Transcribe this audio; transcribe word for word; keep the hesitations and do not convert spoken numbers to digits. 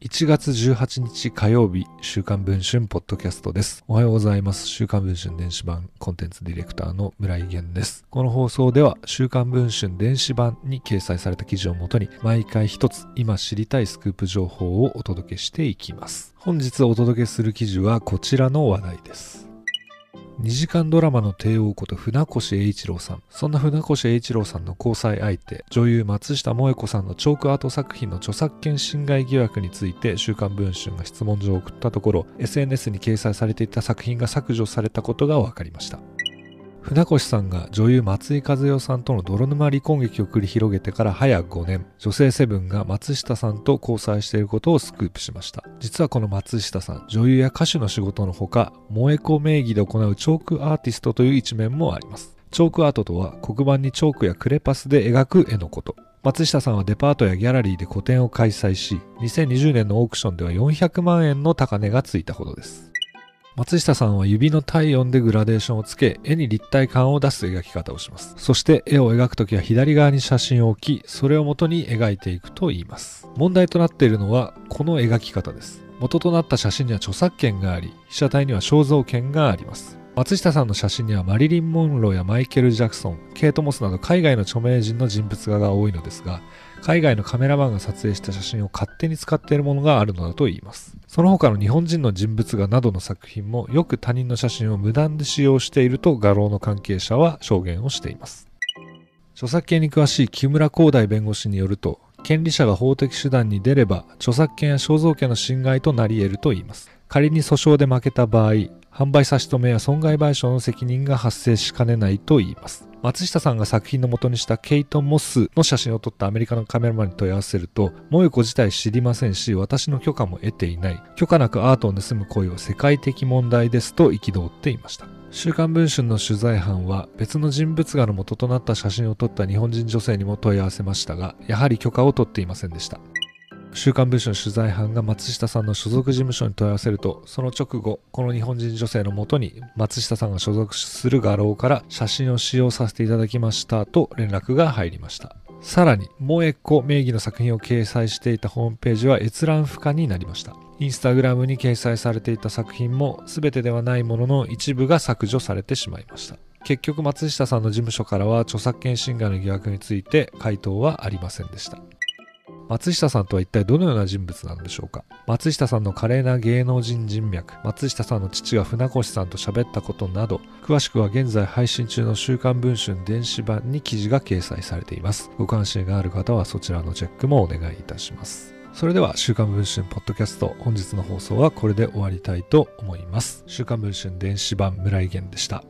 ちがつじゅうはちにち火曜日、週刊文春ポッドキャストです。おはようございます。週刊文春電子版コンテンツディレクターの村井源です。この放送では週刊文春電子版に掲載された記事をもとに毎回一つ今知りたいスクープ情報をお届けしていきます。本日お届けする記事はこちらの話題です。にじかんドラマの帝王こと船越英一郎さん。そんな船越英一郎さんの交際相手、女優松下萌子さんのチョークアート作品の著作権侵害疑惑について週刊文春が質問状を送ったところ、エスエヌエス に掲載されていた作品が削除されたことが分かりました。船越さんが女優松井和代さんとの泥沼離婚劇を繰り広げてから早ごねん、女性セブンが松下さんと交際していることをスクープしました。実はこの松下さん、女優や歌手の仕事のほか、萌子名義で行うチョークアーティストという一面もあります。チョークアートとは黒板にチョークやクレパスで描く絵のこと。松下さんはデパートやギャラリーで個展を開催し、にせんにじゅうねんのオークションではよんひゃくまんえんの高値がついたほどです。松下さんは指の体温でグラデーションをつけ、絵に立体感を出す描き方をします。そして絵を描くときは左側に写真を置き、それを元に描いていくと言います。問題となっているのはこの描き方です。元となった写真には著作権があり、被写体には肖像権があります。松下さんの写真にはマリリン・モンローやマイケル・ジャクソン、ケイト・モスなど海外の著名人の人物画が多いのですが、海外のカメラマンが撮影した写真を勝手に使っているものがあるのだといいます。その他の日本人の人物画などの作品もよく他人の写真を無断で使用していると画廊の関係者は証言をしています。著作権に詳しい木村光大弁護士によると、権利者が法的手段に出れば著作権や肖像権の侵害となり得るといいます。仮に訴訟で負けた場合、販売差し止めや損害賠償の責任が発生しかねないと言います。松下さんが作品の元にしたケイト・モスの写真を撮ったアメリカのカメラマンに問い合わせると、萌子自体知りませんし、私の許可も得ていない。許可なくアートを盗む行為は世界的問題ですと憤っていました。週刊文春の取材班は別の人物画の元となった写真を撮った日本人女性にも問い合わせましたが、やはり許可を取っていませんでした。週刊文春取材班が松下さんの所属事務所に問い合わせると、その直後、この日本人女性のもとに松下さんが所属する画廊から写真を使用させていただきましたと連絡が入りました。さらに、萌子名義の作品を掲載していたホームページは閲覧不可になりました。インスタグラムに掲載されていた作品も全てではないものの一部が削除されてしまいました。結局松下さんの事務所からは著作権侵害の疑惑について回答はありませんでした。松下さんとは一体どのような人物なのでしょうか。松下さんの華麗な芸能人人脈、松下さんの父が船越さんと喋ったことなど、詳しくは現在配信中の週刊文春電子版に記事が掲載されています。ご関心がある方はそちらのチェックもお願いいたします。それでは週刊文春ポッドキャスト、本日の放送はこれで終わりたいと思います。週刊文春電子版村井源でした。